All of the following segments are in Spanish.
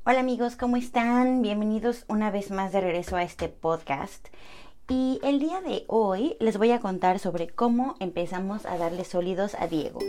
Hola amigos, ¿cómo están? Bienvenidos una vez más de regreso a este podcast. Y el día de hoy les voy a contar sobre cómo empezamos a darle sólidos a Diego.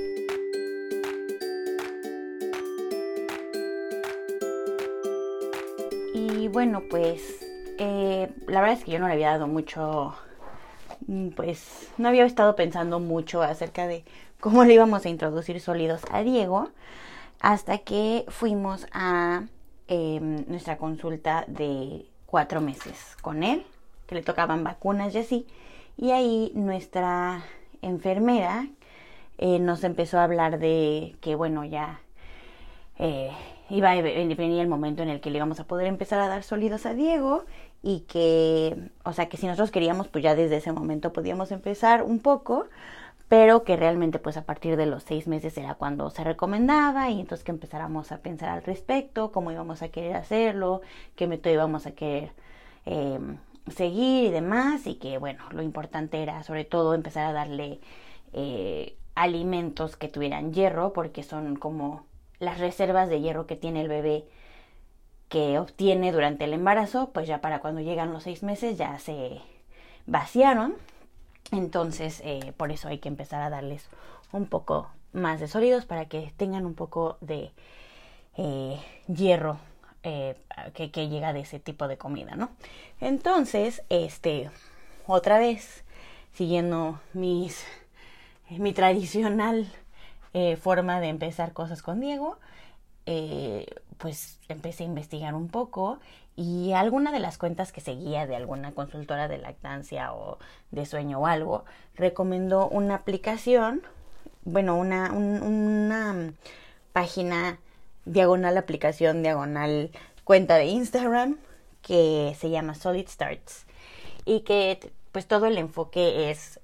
Y bueno, pues la verdad es que yo no le había dado mucho, pues no había estado pensando mucho acerca de cómo le íbamos a introducir sólidos a Diego hasta que fuimos a nuestra consulta de 4 meses con él, que le tocaban vacunas y así. Y ahí nuestra enfermera nos empezó a hablar de que bueno, ya iba a venir el momento en el que le íbamos a poder empezar a dar sólidos a Diego y que, o sea, que si nosotros queríamos, pues ya desde ese momento podíamos empezar un poco, pero que realmente pues a partir de los 6 meses era cuando se recomendaba y entonces que empezáramos a pensar al respecto, cómo íbamos a querer hacerlo, qué método íbamos a querer seguir y demás, y que bueno, lo importante era sobre todo empezar a darle alimentos que tuvieran hierro, porque son como las reservas de hierro que tiene el bebé que obtiene durante el embarazo, pues ya para cuando llegan los 6 meses ya se vaciaron. Entonces, por eso hay que empezar a darles un poco más de sólidos para que tengan un poco de hierro que llega de ese tipo de comida, ¿no? Entonces, otra vez, siguiendo mi tradicional forma de empezar cosas con Diego, pues empecé a investigar un poco y alguna de las cuentas que seguía de alguna consultora de lactancia o de sueño o algo, recomendó una aplicación, bueno, una página diagonal aplicación, diagonal cuenta de Instagram que se llama Solid Starts y que pues todo el enfoque es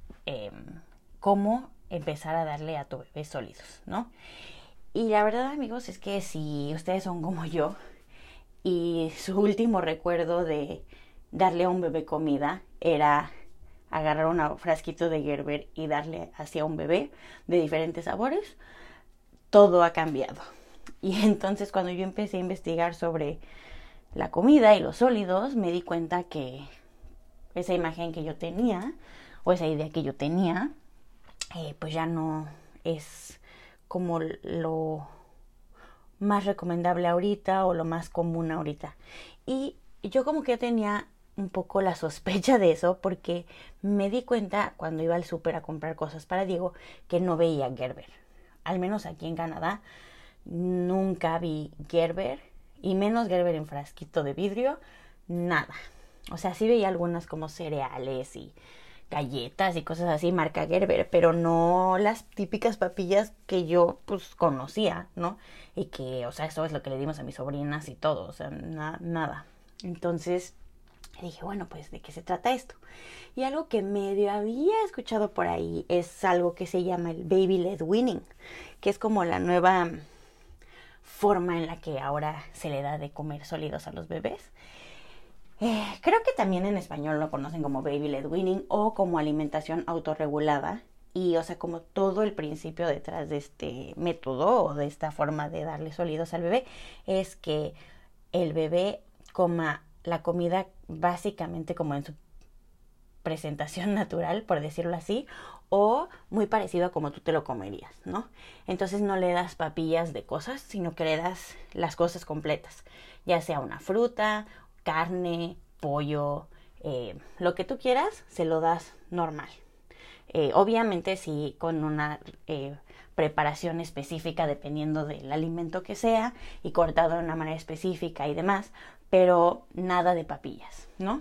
cómo empezar a darle a tu bebé sólidos, ¿no? Y la verdad, amigos, es que si ustedes son como yo y su último recuerdo de darle a un bebé comida era agarrar un frasquito de Gerber y darle hacia un bebé de diferentes sabores, todo ha cambiado. Y entonces cuando yo empecé a investigar sobre la comida y los sólidos, me di cuenta que esa imagen que yo tenía, o esa idea que yo tenía, pues ya no es como lo más recomendable ahorita o lo más común ahorita. Y yo como que tenía un poco la sospecha de eso porque me di cuenta cuando iba al súper a comprar cosas para Diego que no veía Gerber. Al menos aquí en Canadá nunca vi Gerber, y menos Gerber en frasquito de vidrio, nada. O sea, sí veía algunas como cereales y galletas y cosas así, marca Gerber, pero no las típicas papillas que yo pues conocía, ¿no? Y que, o sea, eso es lo que le dimos a mis sobrinas y todo, o sea, nada. Entonces dije, bueno, pues ¿de qué se trata esto? Y algo que medio había escuchado por ahí es algo que se llama el baby led weaning, que es como la nueva forma en la que ahora se le da de comer sólidos a los bebés. Creo que también en español lo conocen como baby led weaning o como alimentación autorregulada. Y, o sea, como todo el principio detrás de este método o de esta forma de darle sólidos al bebé es que el bebé coma la comida básicamente como en su presentación natural, por decirlo así, o muy parecido a como tú te lo comerías, ¿no? Entonces no le das papillas de cosas, sino que le das las cosas completas, ya sea una fruta, carne, pollo, lo que tú quieras, se lo das normal. Obviamente sí con una preparación específica dependiendo del alimento que sea y cortado de una manera específica y demás, pero nada de papillas, ¿no?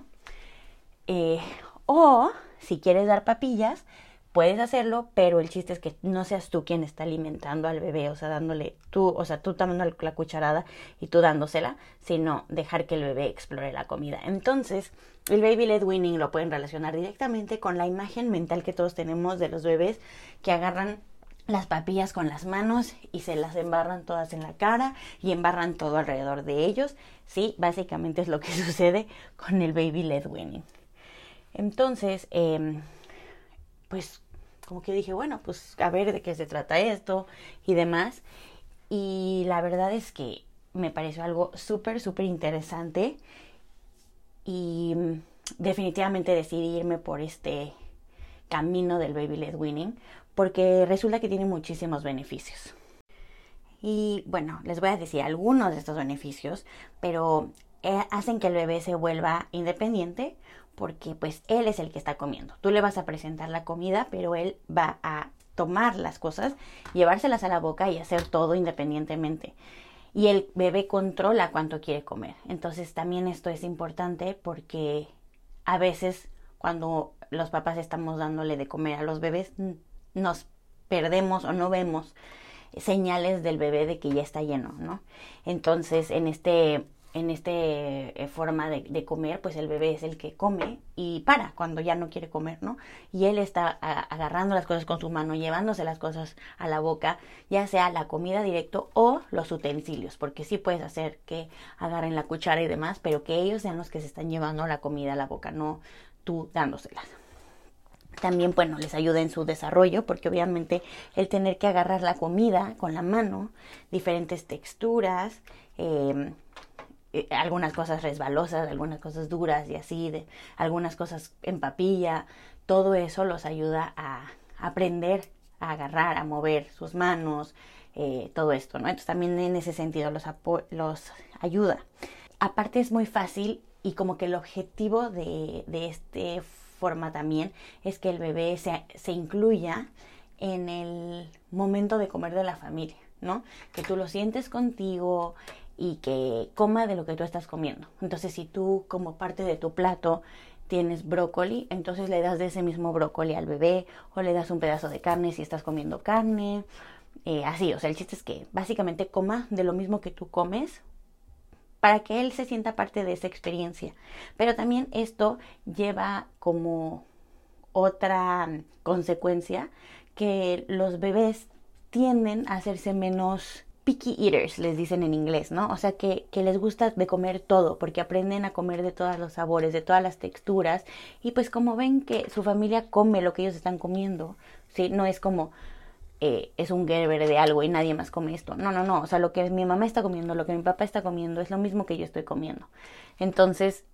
O si quieres dar papillas, puedes hacerlo, pero el chiste es que no seas tú quien está alimentando al bebé, o sea, dándole tú, o sea, tú tomando la cucharada y tú dándosela, sino dejar que el bebé explore la comida. Entonces, el baby led weaning lo pueden relacionar directamente con la imagen mental que todos tenemos de los bebés que agarran las papillas con las manos y se las embarran todas en la cara y embarran todo alrededor de ellos. Sí, básicamente es lo que sucede con el baby led weaning. Entonces, pues como que dije, bueno, pues a ver de qué se trata esto y demás. Y la verdad es que me pareció algo súper, súper interesante y definitivamente decidí irme por este camino del Baby Led Weaning porque resulta que tiene muchísimos beneficios. Y bueno, les voy a decir algunos de estos beneficios, pero hacen que el bebé se vuelva independiente porque pues él es el que está comiendo. Tú le vas a presentar la comida, pero él va a tomar las cosas, llevárselas a la boca y hacer todo independientemente. Y el bebé controla cuánto quiere comer. Entonces también esto es importante porque a veces cuando los papás estamos dándole de comer a los bebés nos perdemos o no vemos señales del bebé de que ya está lleno, ¿no? Entonces en este forma de comer, pues el bebé es el que come y para cuando ya no quiere comer, ¿no? Y él está agarrando las cosas con su mano, llevándose las cosas a la boca, ya sea la comida directo o los utensilios, porque sí puedes hacer que agarren la cuchara y demás, pero que ellos sean los que se están llevando la comida a la boca, no tú dándoselas. También, bueno, les ayuda en su desarrollo, porque obviamente el tener que agarrar la comida con la mano, diferentes texturas, algunas cosas resbalosas, algunas cosas duras y así, algunas cosas en papilla, todo eso los ayuda a aprender a agarrar, a mover sus manos, todo esto, ¿no? Entonces también en ese sentido los ayuda. Aparte es muy fácil y como que el objetivo de este forma también es que el bebé se incluya en el momento de comer de la familia, ¿no? Que tú lo sientes contigo y que coma de lo que tú estás comiendo. Entonces, si tú como parte de tu plato tienes brócoli, entonces le das de ese mismo brócoli al bebé o le das un pedazo de carne si estás comiendo carne, así, o sea, el chiste es que básicamente coma de lo mismo que tú comes para que él se sienta parte de esa experiencia. Pero también esto lleva como otra consecuencia que los bebés tienden a hacerse menos picky eaters, les dicen en inglés, ¿no? O sea, que les gusta de comer todo, porque aprenden a comer de todos los sabores, de todas las texturas, y pues como ven que su familia come lo que ellos están comiendo, ¿sí? No es como es un Gerber de algo y nadie más come esto. No, no, no. O sea, lo que mi mamá está comiendo, lo que mi papá está comiendo es lo mismo que yo estoy comiendo. Entonces,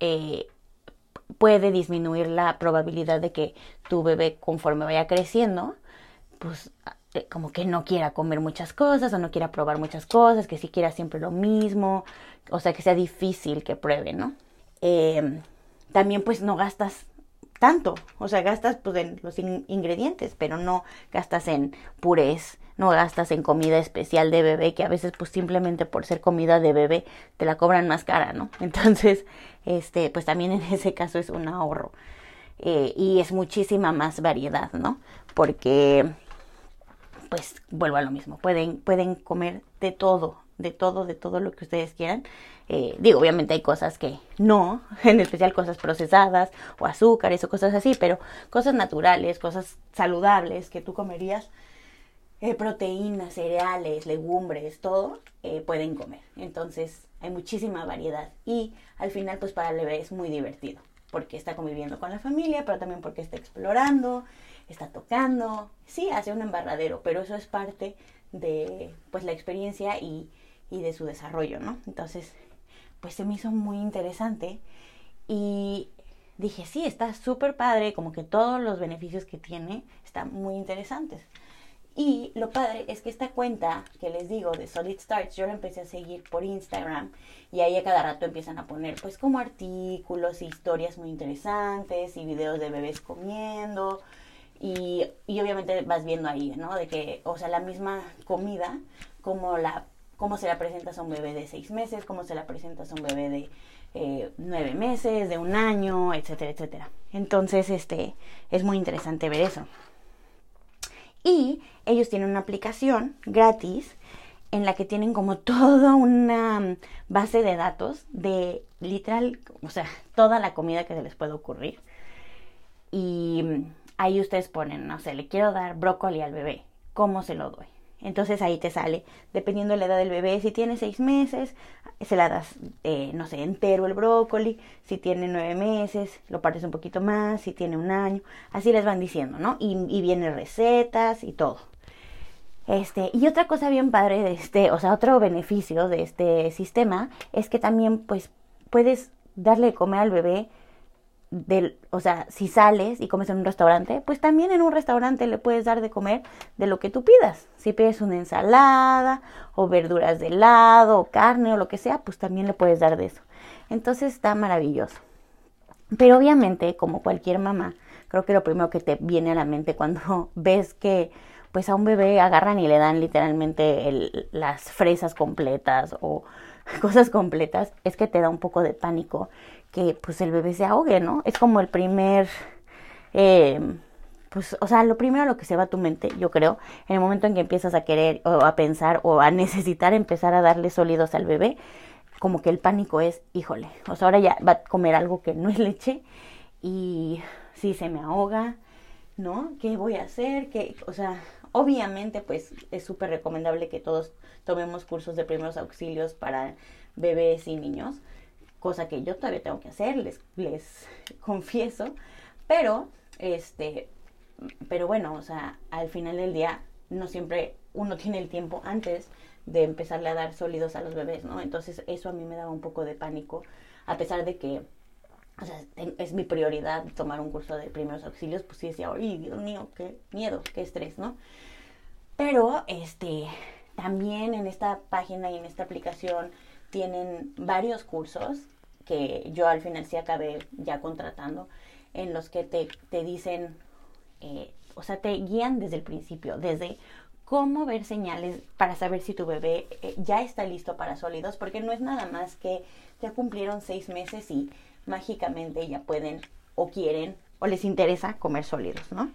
puede disminuir la probabilidad de que tu bebé, conforme vaya creciendo, pues como que no quiera comer muchas cosas o no quiera probar muchas cosas, que sí quiera siempre lo mismo, o sea, que sea difícil que pruebe, ¿no? También pues no gastas tanto, o sea, gastas pues en los ingredientes, pero no gastas en purés, no gastas en comida especial de bebé, que a veces pues simplemente por ser comida de bebé te la cobran más cara, ¿no? Entonces, pues también en ese caso es un ahorro. Y es muchísima más variedad, ¿no? Porque, pues, vuelvo a lo mismo, pueden comer de todo lo que ustedes quieran. Digo, obviamente hay cosas que no, en especial cosas procesadas o azúcares o cosas así, pero cosas naturales, cosas saludables que tú comerías, proteínas, cereales, legumbres, todo, pueden comer. Entonces hay muchísima variedad y al final pues para el bebé es muy divertido porque está conviviendo con la familia, pero también porque está explorando, está tocando, sí, hace un embarradero, pero eso es parte de pues la experiencia y de su desarrollo, ¿no? Entonces, pues se me hizo muy interesante y dije, sí, está súper padre, como que todos los beneficios que tiene están muy interesantes. Y lo padre es que esta cuenta que les digo de Solid Starts, yo la empecé a seguir por Instagram y ahí a cada rato empiezan a poner pues como artículos, historias muy interesantes y videos de bebés comiendo y obviamente vas viendo ahí, ¿no? De que, o sea, la misma comida, cómo se la presentas a un bebé de 6 meses, cómo se la presentas a un bebé de 9 meses, de 1 año, etcétera, etcétera. Entonces, es muy interesante ver eso. Y ellos tienen una aplicación gratis en la que tienen como toda una base de datos de literal, o sea, toda la comida que se les puede ocurrir. Y ahí ustedes ponen, no sé, le quiero dar brócoli al bebé, ¿cómo se lo doy? Entonces ahí te sale, dependiendo de la edad del bebé, si tiene 6 meses, se la das, no sé, entero el brócoli. Si tiene 9 meses, lo partes un poquito más. Si tiene 1 año, así les van diciendo, ¿no? Y vienen recetas y todo. Y otra cosa bien padre de otro beneficio de este sistema es que también pues puedes darle de comer al bebé si sales y comes en un restaurante, pues también en un restaurante le puedes dar de comer de lo que tú pidas. Si pides una ensalada o verduras de lado o carne o lo que sea, pues también le puedes dar de eso. Entonces está maravilloso. Pero obviamente, como cualquier mamá, creo que lo primero que te viene a la mente cuando ves que pues a un bebé agarran y le dan literalmente las fresas completas o cosas completas, es que te da un poco de pánico que pues el bebé se ahogue, ¿no? Es como el primer, lo primero a lo que se va a tu mente, yo creo, en el momento en que empiezas a querer o a pensar o a necesitar empezar a darle sólidos al bebé, como que el pánico es, híjole, ahora ya va a comer algo que no es leche y si se me ahoga, ¿no? ¿Qué voy a hacer? Obviamente pues es súper recomendable que todos tomemos cursos de primeros auxilios para bebés y niños, cosa que yo todavía tengo que hacer, les confieso, pero bueno, al final del día no siempre uno tiene el tiempo antes de empezarle a dar sólidos a los bebés, ¿no? Entonces eso a mí me daba un poco de pánico, a pesar de que es mi prioridad tomar un curso de primeros auxilios, pues sí decía, ¡ay, Dios mío, qué miedo, qué estrés!, ¿no? Pero, también en esta página y en esta aplicación tienen varios cursos que yo al final sí acabé ya contratando, en los que te dicen, te guían desde el principio, desde cómo ver señales para saber si tu bebé ya está listo para sólidos, porque no es nada más que ya cumplieron 6 meses y mágicamente ya pueden o quieren o les interesa comer sólidos, ¿no?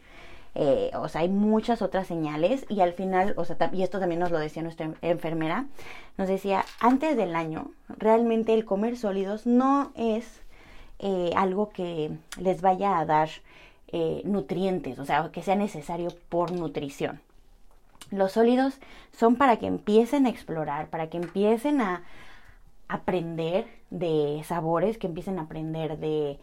Hay muchas otras señales y al final, y esto también nos lo decía nuestra enfermera, nos decía, antes del año, realmente el comer sólidos no es algo que les vaya a dar nutrientes, que sea necesario por nutrición. Los sólidos son para que empiecen a explorar, para que empiecen a aprender de sabores, que empiecen a aprender de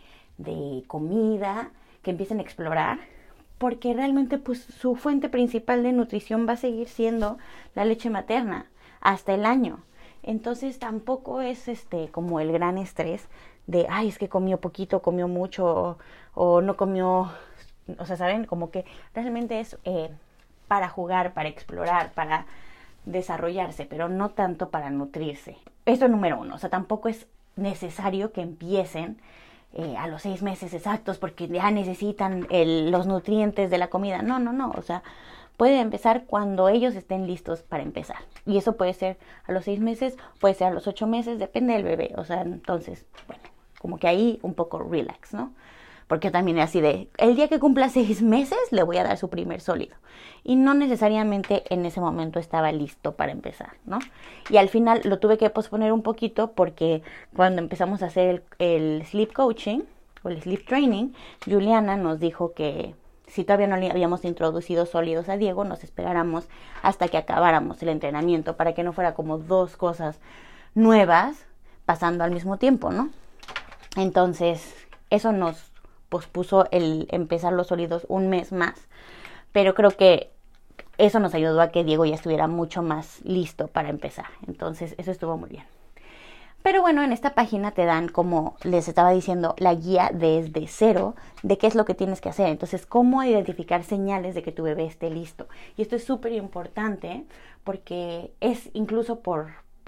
comida, que empiecen a explorar, porque realmente pues su fuente principal de nutrición va a seguir siendo la leche materna hasta el año. Entonces tampoco es como el gran estrés de, ay, es que comió poquito, comió mucho o no comió, ¿saben? Como que realmente es para jugar, para explorar, para desarrollarse, pero no tanto para nutrirse. Eso es número 1, tampoco es necesario que empiecen a los 6 meses exactos porque ya necesitan los nutrientes de la comida. No, puede empezar cuando ellos estén listos para empezar. Y eso puede ser a los 6 meses, puede ser a los 8 meses, depende del bebé. Entonces, bueno, como que ahí un poco relax, ¿no? Porque también es así de, el día que cumpla 6 meses le voy a dar su primer sólido. Y no necesariamente en ese momento estaba listo para empezar, ¿no? Y al final lo tuve que posponer un poquito porque cuando empezamos a hacer el sleep coaching o el sleep training, Juliana nos dijo que si todavía no le habíamos introducido sólidos a Diego, nos esperáramos hasta que acabáramos el entrenamiento para que no fuera como 2 cosas nuevas pasando al mismo tiempo, ¿no? Entonces, eso nos pospuso el empezar los sólidos 1 mes más, pero creo que eso nos ayudó a que Diego ya estuviera mucho más listo para empezar. Entonces eso estuvo muy bien. Pero bueno, en esta página te dan, como les estaba diciendo, la guía desde cero de qué es lo que tienes que hacer. Entonces, cómo identificar señales de que tu bebé esté listo. Y esto es súper importante porque es incluso por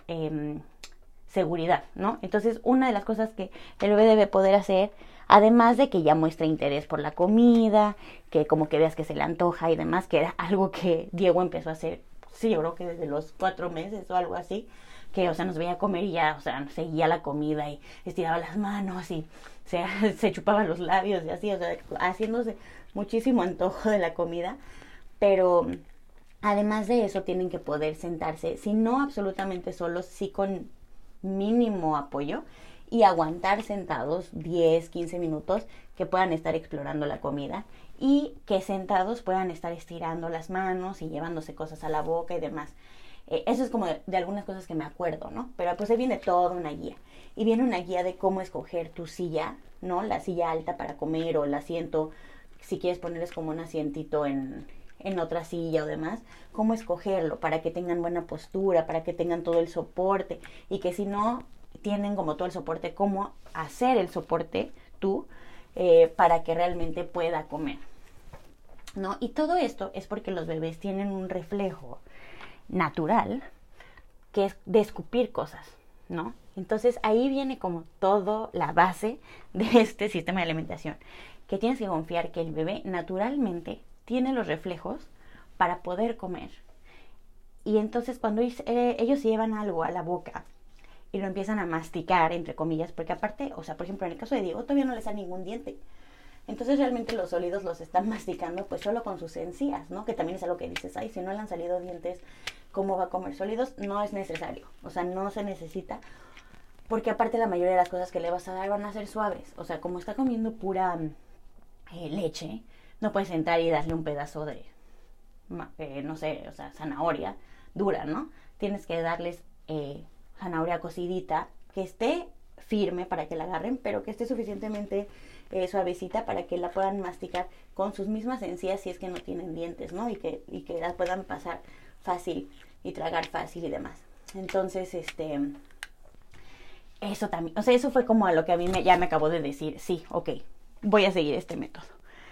seguridad, ¿no? Entonces, una de las cosas que el bebé debe poder hacer, además de que ya muestre interés por la comida, que como que veas que se le antoja y demás, que era algo que Diego empezó a hacer, sí, yo creo que desde los 4 meses o algo así, que, nos veía comer y ya, seguía la comida y estiraba las manos y se chupaba los labios y así, haciéndose muchísimo antojo de la comida. Pero además de eso tienen que poder sentarse, si no absolutamente solos, sí con mínimo apoyo, y aguantar sentados 10, 15 minutos, que puedan estar explorando la comida y que sentados puedan estar estirando las manos y llevándose cosas a la boca y demás. Eso es como de algunas cosas que me acuerdo, ¿no? Pero pues ahí viene toda una guía. Y viene una guía de cómo escoger tu silla, ¿no? La silla alta para comer o el asiento, si quieres ponerles como un asientito en en otra silla o demás, cómo escogerlo para que tengan buena postura, para que tengan todo el soporte, y que si no tienen como todo el soporte, cómo hacer el soporte tú para que realmente pueda comer, ¿no? Y todo esto es porque los bebés tienen un reflejo natural que es de escupir cosas, ¿no? Entonces ahí viene como todo la base de este sistema de alimentación, que tienes que confiar que el bebé naturalmente tiene los reflejos para poder comer. Y entonces cuando ellos llevan algo a la boca y lo empiezan a masticar, entre comillas, porque aparte, o sea, por ejemplo, en el caso de Diego todavía no le sale ningún diente. Entonces realmente los sólidos los están masticando pues solo con sus encías, ¿no? Que también es algo que dices, ay, si no le han salido dientes, ¿cómo va a comer sólidos? No es necesario, o sea, no se necesita, porque aparte la mayoría de las cosas que le vas a dar van a ser suaves. O sea, como está comiendo pura leche, no puedes entrar y darle un pedazo de, no sé, o sea, zanahoria dura, ¿no? Tienes que darles zanahoria cocidita, que esté firme para que la agarren, pero que esté suficientemente suavecita para que la puedan masticar con sus mismas encías si es que no tienen dientes, ¿no? Y que la puedan pasar fácil y tragar fácil y demás. Entonces, eso también, o sea, eso fue como a lo que a mí ya me acabó de decir, sí, ok, voy a seguir este método.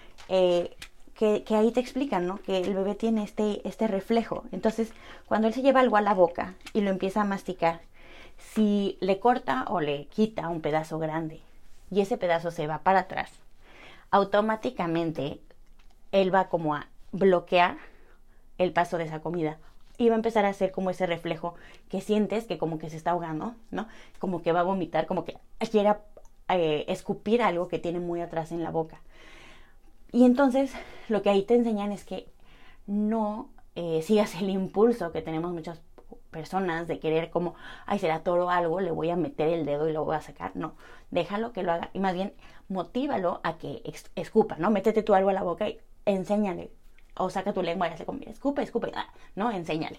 Que ahí te explican, ¿no? Que el bebé tiene este reflejo. Entonces, cuando él se lleva algo a la boca y lo empieza a masticar, si le corta o le quita un pedazo grande y ese pedazo se va para atrás, automáticamente él va como a bloquear el paso de esa comida y va a empezar a hacer como ese reflejo que sientes que como que se está ahogando, ¿no? Como que va a vomitar, como que quiera escupir algo que tiene muy atrás en la boca. Y entonces lo que ahí te enseñan es que no sigas el impulso que tenemos muchas personas de querer como, ay, se le atoró algo, le voy a meter el dedo y lo voy a sacar. No, déjalo que lo haga y más bien motívalo a que escupa, ¿no? Métete tú algo a la boca y enséñale, o saca tu lengua y hace como, escupe, ¿no? Enséñale.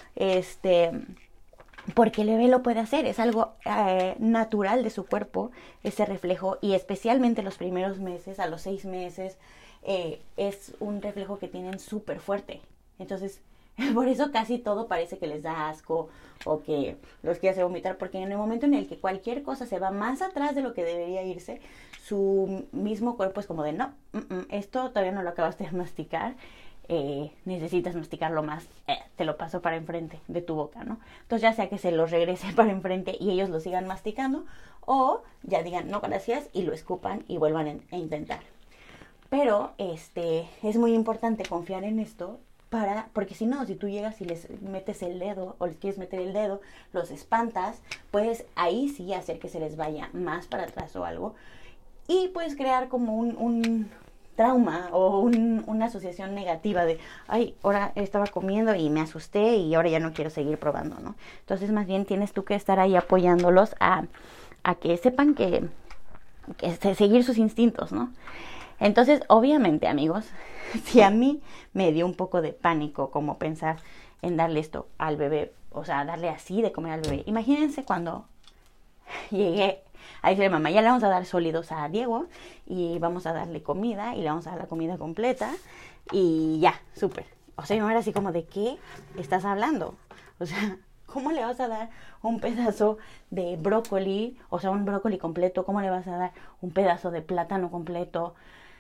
Porque el bebé lo puede hacer, es algo natural de su cuerpo, ese reflejo, y especialmente los primeros meses, a los 6 meses, es un reflejo que tienen súper fuerte. Entonces, por eso casi todo parece que les da asco o que los quiere hacer vomitar, porque en el momento en el que cualquier cosa se va más atrás de lo que debería irse, su mismo cuerpo es como de, no, esto todavía no lo acabaste de masticar, necesitas masticarlo más, te lo paso para enfrente de tu boca, ¿no? Entonces ya sea que se lo regrese para enfrente y ellos lo sigan masticando, o ya digan, no, gracias, y lo escupan y vuelvan a intentar. Pero es muy importante confiar en esto, porque si no, si tú llegas y les metes el dedo o les quieres meter el dedo, los espantas, puedes ahí sí hacer que se les vaya más para atrás o algo, y puedes crear como un trauma o una asociación negativa de, ay, ahora estaba comiendo y me asusté y ahora ya no quiero seguir probando, ¿no? Entonces más bien tienes tú que estar ahí apoyándolos a que sepan que seguir sus instintos, ¿no? Entonces, obviamente, amigos, si a mí me dio un poco de pánico como pensar en darle esto al bebé, o sea, darle así de comer al bebé, imagínense cuando llegué a decirle, mamá, ya le vamos a dar sólidos a Diego y vamos a darle comida y le vamos a dar la comida completa y ya, súper. O sea, no era así como, ¿de qué estás hablando? O sea, ¿cómo le vas a dar un pedazo de brócoli, o sea, un brócoli completo? ¿Cómo le vas a dar un pedazo de plátano completo?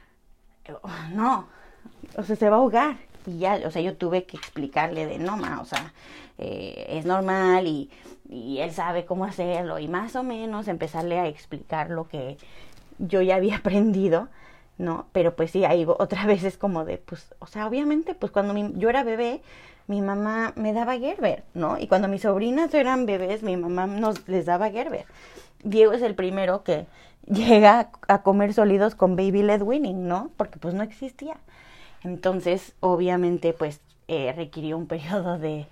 No, o sea, se va a ahogar. Y ya, o sea, yo tuve que explicarle de no, ma, o sea, es normal y él sabe cómo hacerlo, y más o menos empezarle a explicar lo que yo ya había aprendido, ¿no? Pero pues sí, ahí otra vez es como de, pues, o sea, obviamente, pues cuando yo era bebé, mi mamá me daba Gerber, ¿no? Y cuando mis sobrinas eran bebés, mi mamá les daba Gerber. Diego es el primero que llega a comer sólidos con baby led weaning, ¿no? Porque pues no existía. Entonces, obviamente, pues requirió un periodo de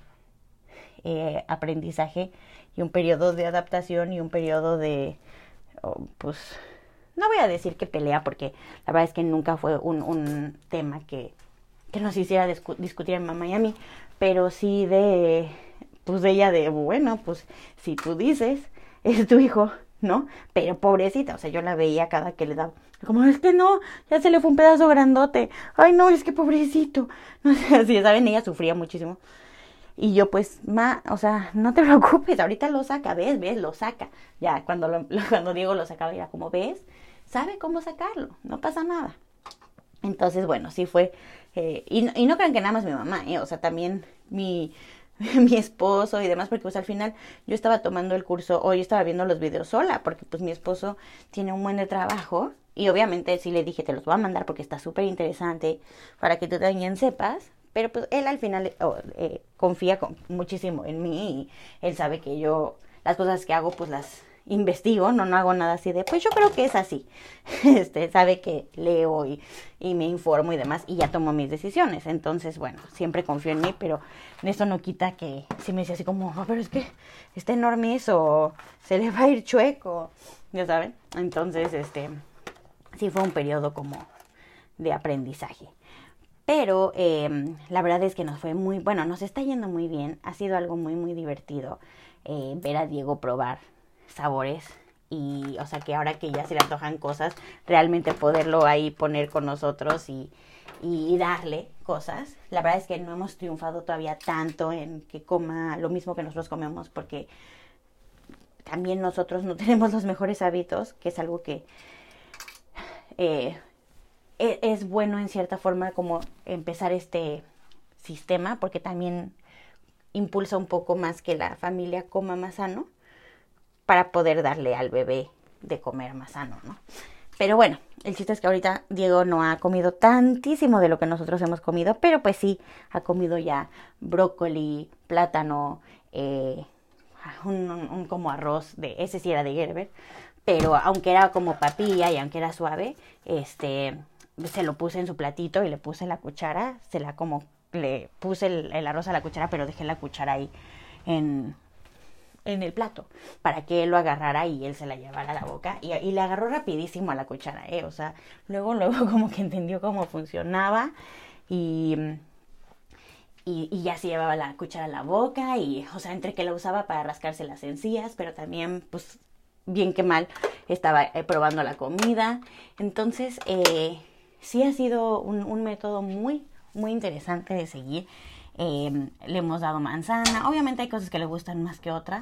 aprendizaje y un periodo de adaptación y un periodo de, pues, no voy a decir que pelea, porque la verdad es que nunca fue un tema que nos hiciera discutir a mi mamá y a mí, pero sí pues de ella de, bueno, pues, si tú dices, es tu hijo, ¿no? Pero pobrecita, o sea, yo la veía cada que le daba, como, es que no, ya se le fue un pedazo grandote, ay no, es que pobrecito, no sé, así, ¿saben? Ella sufría muchísimo. Y yo pues, o sea, no te preocupes, ahorita lo saca, ves, lo saca. Ya, cuando Diego lo sacaba, era como, ves, sabe cómo sacarlo, no pasa nada. Entonces, bueno, sí fue, y no crean que nada más mi mamá, o sea, también mi esposo y demás, porque pues al final yo estaba tomando el curso, o yo estaba viendo los videos sola, porque pues mi esposo tiene un buen de trabajo, y obviamente sí le dije, te los voy a mandar porque está súper interesante, para que tú también sepas, pero pues él al final confía muchísimo en mí, y él sabe que yo las cosas que hago pues las investigo, no hago nada así de, pues yo creo que es así. Sabe que leo y me informo y demás, y ya tomo mis decisiones. Entonces, bueno, siempre confío en mí, pero eso no quita que si me dice así como, pero es que está enorme eso, se le va a ir chueco, ya saben. Entonces, sí fue un periodo como de aprendizaje. Pero la verdad es que nos fue nos está yendo muy bien. Ha sido algo muy, muy divertido ver a Diego probar sabores. Y, o sea, que ahora que ya se le antojan cosas, realmente poderlo ahí poner con nosotros y darle cosas. La verdad es que no hemos triunfado todavía tanto en que coma lo mismo que nosotros comemos, porque también nosotros no tenemos los mejores hábitos, que es algo que es bueno en cierta forma como empezar este sistema, porque también impulsa un poco más que la familia coma más sano, para poder darle al bebé de comer más sano, ¿no? Pero bueno, el chiste es que ahorita Diego no ha comido tantísimo de lo que nosotros hemos comido, pero pues sí, ha comido ya brócoli, plátano, un como arroz, ese sí era de Gerber, pero aunque era como papilla y aunque era suave, se lo puse en su platito y le puse la cuchara, le puse el arroz a la cuchara, pero dejé la cuchara ahí en el plato, para que él lo agarrara y él se la llevara a la boca, y le agarró rapidísimo a la cuchara, o sea, luego como que entendió cómo funcionaba, y ya se llevaba la cuchara a la boca, y, o sea, entre que la usaba para rascarse las encías, pero también, pues, bien que mal, estaba probando la comida. Entonces, sí ha sido un método muy, muy interesante de seguir. Le hemos dado manzana, obviamente hay cosas que le gustan más que otras,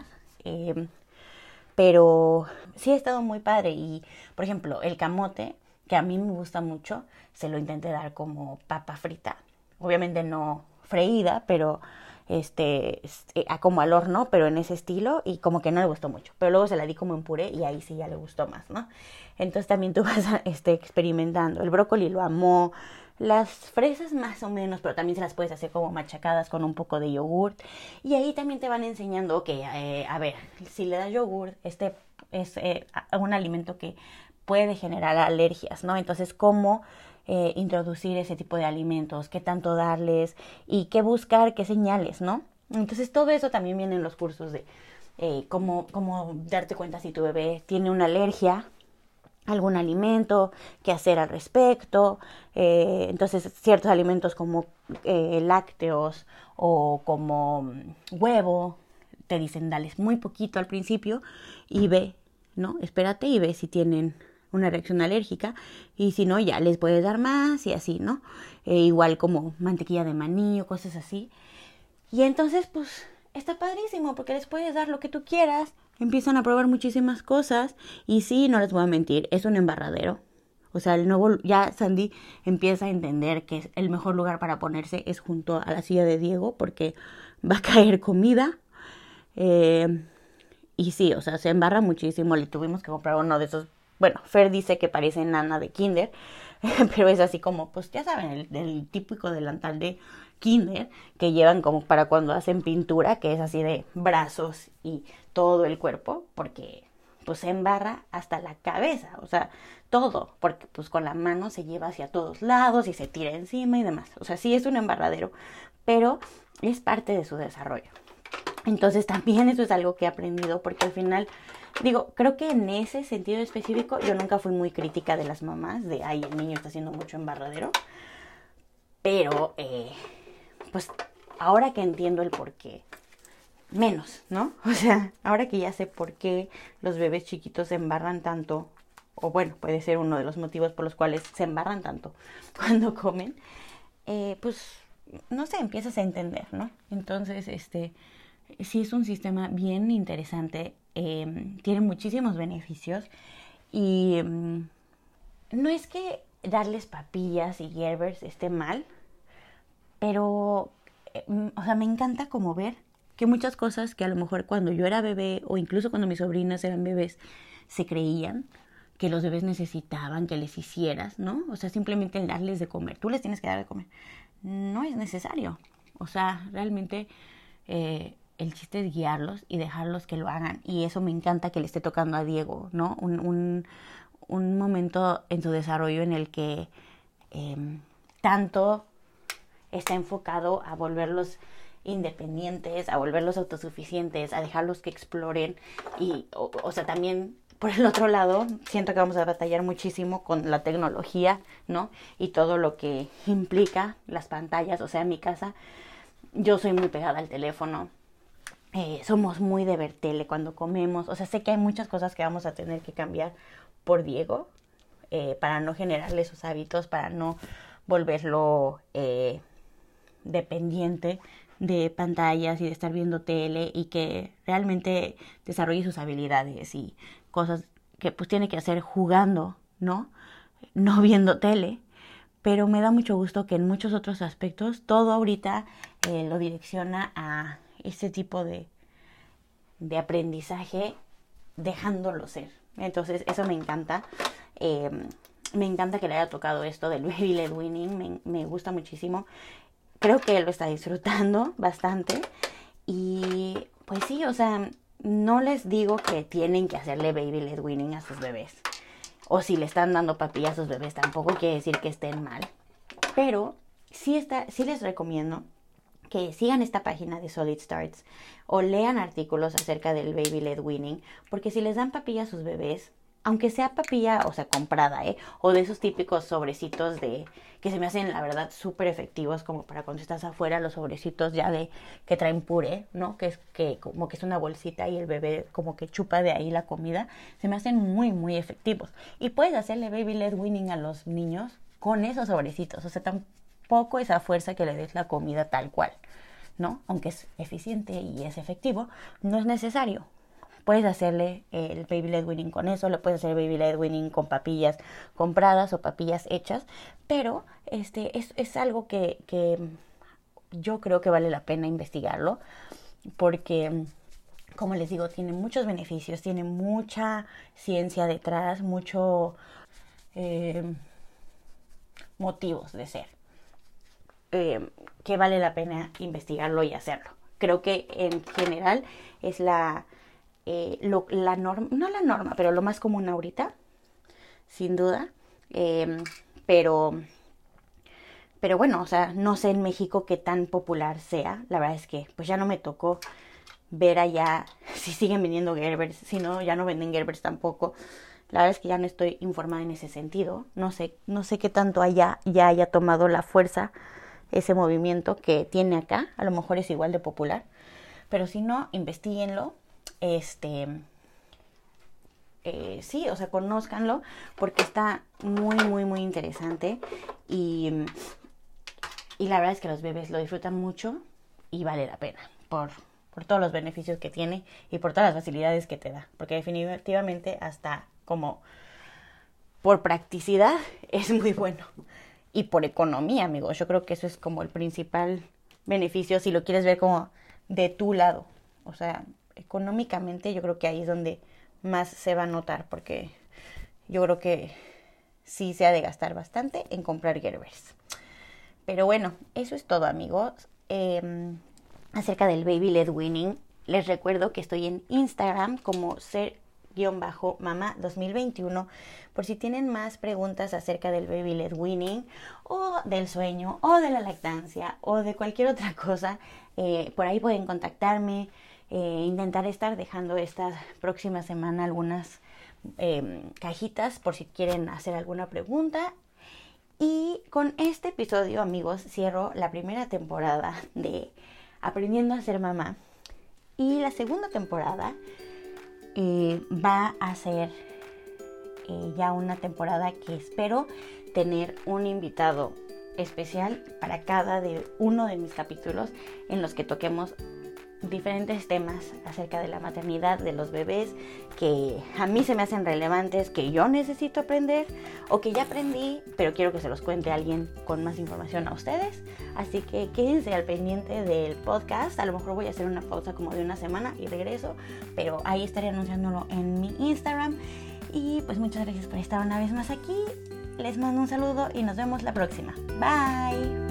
pero sí ha estado muy padre. Y por ejemplo, el camote, que a mí me gusta mucho, se lo intenté dar como papa frita, obviamente no freída, pero como al horno, pero en ese estilo, y como que no le gustó mucho, pero luego se la di como en puré y ahí sí ya le gustó más, ¿no? Entonces también tú vas experimentando. El brócoli lo amó, las fresas más o menos, pero también se las puedes hacer como machacadas con un poco de yogurt. Y ahí también te van enseñando que, a ver, si le das yogurt, es un alimento que puede generar alergias, ¿no? Entonces, ¿cómo introducir ese tipo de alimentos? ¿Qué tanto darles? ¿Y qué buscar? ¿Qué señales, no? Entonces, todo eso también viene en los cursos de cómo darte cuenta si tu bebé tiene una alergia algún alimento, qué hacer al respecto. Entonces, ciertos alimentos como lácteos o como huevo, te dicen dales muy poquito al principio y ve, ¿no? Espérate y ve si tienen una reacción alérgica, y si no, ya les puedes dar más y así, ¿no? Igual como mantequilla de maní o cosas así. Y entonces, pues, está padrísimo porque les puedes dar lo que tú quieras. Empiezan a probar muchísimas cosas y sí, no les voy a mentir, es un embarradero. O sea, ya Sandy empieza a entender que el mejor lugar para ponerse es junto a la silla de Diego, porque va a caer comida. Y sí, o sea, se embarra muchísimo. Le tuvimos que comprar uno de esos. Bueno, Fer dice que parece nana de kinder, pero es así como, pues ya saben, el típico delantal de kinder que llevan como para cuando hacen pintura, que es así de brazos y todo el cuerpo, porque pues se embarra hasta la cabeza, o sea, todo, porque pues con la mano se lleva hacia todos lados y se tira encima y demás. O sea, sí es un embarradero, pero es parte de su desarrollo. Entonces también eso es algo que he aprendido, porque al final, digo, creo que en ese sentido específico yo nunca fui muy crítica de las mamás, de, ay, el niño está haciendo mucho embarradero, pero pues ahora que entiendo el porqué, menos, ¿no? O sea, ahora que ya sé por qué los bebés chiquitos se embarran tanto, o bueno, puede ser uno de los motivos por los cuales se embarran tanto cuando comen, pues, no sé, empiezas a entender, ¿no? Entonces, sí es un sistema bien interesante, tiene muchísimos beneficios y no es que darles papillas y Gerbers esté mal, pero, o sea, me encanta como ver que muchas cosas que a lo mejor cuando yo era bebé o incluso cuando mis sobrinas eran bebés se creían que los bebés necesitaban que les hicieras, ¿no? O sea, simplemente el darles de comer. Tú les tienes que dar de comer. No es necesario. O sea, realmente el chiste es guiarlos y dejarlos que lo hagan. Y eso me encanta que le esté tocando a Diego, ¿no? Un momento en su desarrollo en el que tanto está enfocado a volverlos independientes, a volverlos autosuficientes, a dejarlos que exploren y, o sea, también por el otro lado, siento que vamos a batallar muchísimo con la tecnología, ¿no? Y todo lo que implica las pantallas, o sea, en mi casa yo soy muy pegada al teléfono, somos muy de ver tele cuando comemos, o sea, sé que hay muchas cosas que vamos a tener que cambiar por Diego, para no generarle esos hábitos, para no volverlo dependiente de pantallas y de estar viendo tele y que realmente desarrolle sus habilidades y cosas que pues tiene que hacer jugando, ¿no? No viendo tele. Pero me da mucho gusto que en muchos otros aspectos todo ahorita lo direcciona a ese tipo de aprendizaje dejándolo ser. Entonces eso me encanta. Me encanta que le haya tocado esto del baby led weaning. Me gusta muchísimo. Creo que él lo está disfrutando bastante. Y pues sí, o sea, no les digo que tienen que hacerle baby led weaning a sus bebés. O si le están dando papillas a sus bebés, tampoco quiere decir que estén mal. Pero sí les recomiendo que sigan esta página de Solid Starts o lean artículos acerca del baby led weaning, porque si les dan papilla a sus bebés, aunque sea papilla, o sea, comprada, o de esos típicos sobrecitos que se me hacen, la verdad, súper efectivos, como para cuando estás afuera, los sobrecitos ya que traen puré, ¿no? Que como que es una bolsita y el bebé como que chupa de ahí la comida, se me hacen muy, muy efectivos. Y puedes hacerle baby led weaning a los niños con esos sobrecitos, o sea, tampoco esa fuerza que le des la comida tal cual, ¿no? Aunque es eficiente y es efectivo, no es necesario. Puedes hacerle el baby led weaning con eso, le puedes hacer baby led weaning con papillas compradas o papillas hechas, pero es algo que yo creo que vale la pena investigarlo, porque, como les digo, tiene muchos beneficios, tiene mucha ciencia detrás, mucho motivos de ser, que vale la pena investigarlo y hacerlo. Creo que en general es la norma, no la norma, pero lo más común ahorita, sin duda. Pero bueno, o sea, no sé en México qué tan popular sea. La verdad es que pues ya no me tocó ver allá si siguen vendiendo Gerbers, si no, ya no venden Gerbers tampoco. La verdad es que ya no estoy informada en ese sentido. No sé qué tanto allá ya haya tomado la fuerza ese movimiento que tiene acá. A lo mejor es igual de popular. Pero si no, investiguenlo. Sí, o sea, conózcanlo porque está muy, muy, muy interesante y la verdad es que los bebés lo disfrutan mucho y vale la pena por todos los beneficios que tiene y por todas las facilidades que te da, porque definitivamente hasta como por practicidad es muy bueno y por economía, amigos. Yo creo que eso es como el principal beneficio si lo quieres ver como de tu lado, o sea, económicamente yo creo que ahí es donde más se va a notar, porque yo creo que sí se ha de gastar bastante en comprar Gerbers. Pero bueno, eso es todo, amigos. Acerca del baby led weaning, les recuerdo que estoy en Instagram como ser-mama 2021 por si tienen más preguntas acerca del baby led weaning o del sueño o de la lactancia o de cualquier otra cosa. Por ahí pueden contactarme. Intentaré estar dejando esta próxima semana algunas cajitas por si quieren hacer alguna pregunta. Y con este episodio, amigos, cierro la primera temporada de Aprendiendo a ser mamá. Y la segunda temporada va a ser ya una temporada que espero tener un invitado especial para cada uno de mis capítulos, en los que toquemos diferentes temas acerca de la maternidad, de los bebés, que a mí se me hacen relevantes, que yo necesito aprender o que ya aprendí, pero quiero que se los cuente alguien con más información a ustedes. Así que quédense al pendiente del podcast. A lo mejor voy a hacer una pausa como de una semana y regreso, pero ahí estaré anunciándolo en mi Instagram. Y pues muchas gracias por estar una vez más aquí. Les mando un saludo y nos vemos la próxima. Bye.